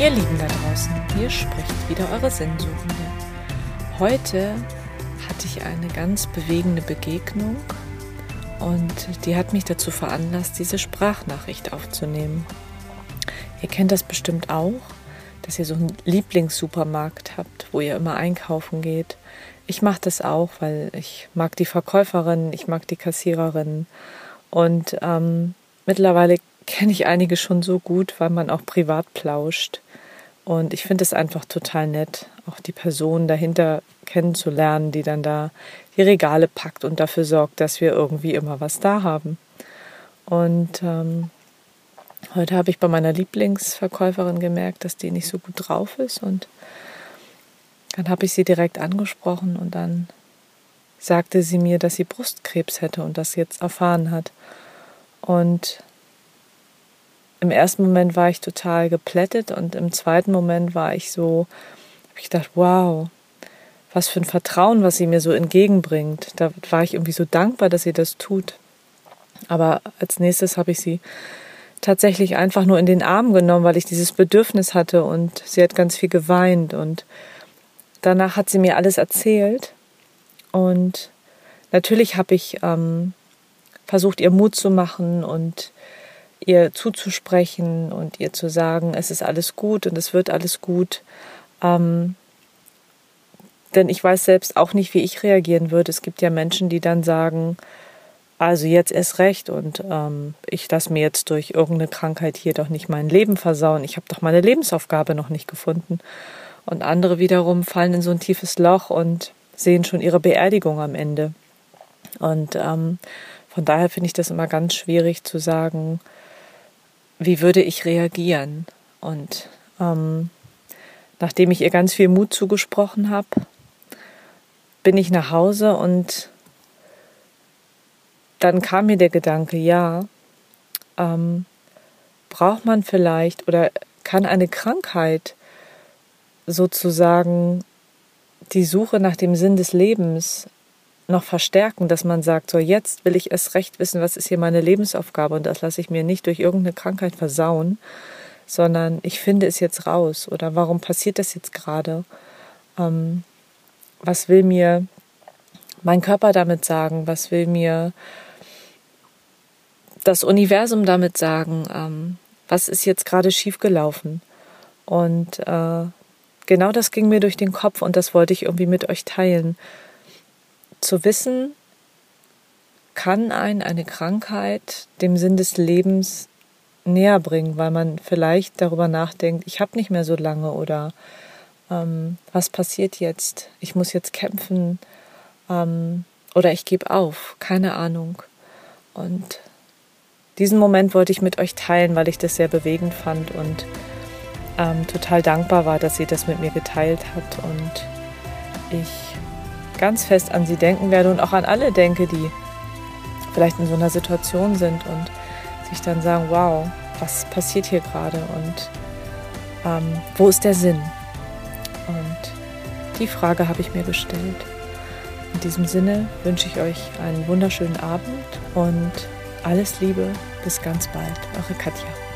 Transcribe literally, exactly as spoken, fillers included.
Ihr Lieben da draußen, hier spricht wieder eure Sinnsuchende. Heute hatte ich eine ganz bewegende Begegnung und die hat mich dazu veranlasst, diese Sprachnachricht aufzunehmen. Ihr kennt das bestimmt auch, dass ihr so einen Lieblingssupermarkt habt, wo ihr immer einkaufen geht. Ich mache das auch, weil ich mag die Verkäuferin, ich mag die Kassiererin und ähm, mittlerweile kenne ich einige schon so gut, weil man auch privat plauscht. Und ich finde es einfach total nett, auch die Person dahinter kennenzulernen, die dann da die Regale packt und dafür sorgt, dass wir irgendwie immer was da haben. Und ähm, heute habe ich bei meiner Lieblingsverkäuferin gemerkt, dass die nicht so gut drauf ist. Und dann habe ich sie direkt angesprochen und dann sagte sie mir, dass sie Brustkrebs hätte und das jetzt erfahren hat. Und im ersten Moment war ich total geplättet und im zweiten Moment war ich so, habe ich gedacht, wow, was für ein Vertrauen, was sie mir so entgegenbringt. Da war ich irgendwie so dankbar, dass sie das tut. Aber als nächstes habe ich sie tatsächlich einfach nur in den Arm genommen, weil ich dieses Bedürfnis hatte und sie hat ganz viel geweint und danach hat sie mir alles erzählt und natürlich habe ich ähm, versucht, ihr Mut zu machen und ihr zuzusprechen und ihr zu sagen, es ist alles gut und es wird alles gut. Ähm, denn ich weiß selbst auch nicht, wie ich reagieren würde. Es gibt ja Menschen, die dann sagen, also jetzt erst recht und ähm, ich lasse mir jetzt durch irgendeine Krankheit hier doch nicht mein Leben versauen. Ich habe doch meine Lebensaufgabe noch nicht gefunden. Und andere wiederum fallen in so ein tiefes Loch und sehen schon ihre Beerdigung am Ende. Und ähm, von daher finde ich das immer ganz schwierig zu sagen, wie würde ich reagieren? Und ähm, nachdem ich ihr ganz viel Mut zugesprochen habe, bin ich nach Hause und dann kam mir der Gedanke, ja, ähm, braucht man vielleicht oder kann eine Krankheit sozusagen die Suche nach dem Sinn des Lebens noch verstärken, dass man sagt, so jetzt will ich erst recht wissen, was ist hier meine Lebensaufgabe und das lasse ich mir nicht durch irgendeine Krankheit versauen, sondern ich finde es jetzt raus oder warum passiert das jetzt gerade? Ähm, was will mir mein Körper damit sagen? Was will mir das Universum damit sagen? Ähm, was ist jetzt gerade schiefgelaufen? Und äh, genau das ging mir durch den Kopf und das wollte ich irgendwie mit euch teilen. Zu wissen, kann einen eine Krankheit dem Sinn des Lebens näher bringen, weil man vielleicht darüber nachdenkt, ich habe nicht mehr so lange oder ähm, was passiert jetzt? Ich muss jetzt kämpfen ähm, oder ich gebe auf, keine Ahnung. Und diesen Moment wollte ich mit euch teilen, weil ich das sehr bewegend fand und ähm, total dankbar war, dass sie das mit mir geteilt hat und ich ganz fest an sie denken werde und auch an alle denke, die vielleicht in so einer Situation sind und sich dann sagen, wow, was passiert hier gerade und ähm, wo ist der Sinn? Und die Frage habe ich mir gestellt. In diesem Sinne wünsche ich euch einen wunderschönen Abend und alles Liebe, bis ganz bald, eure Katja.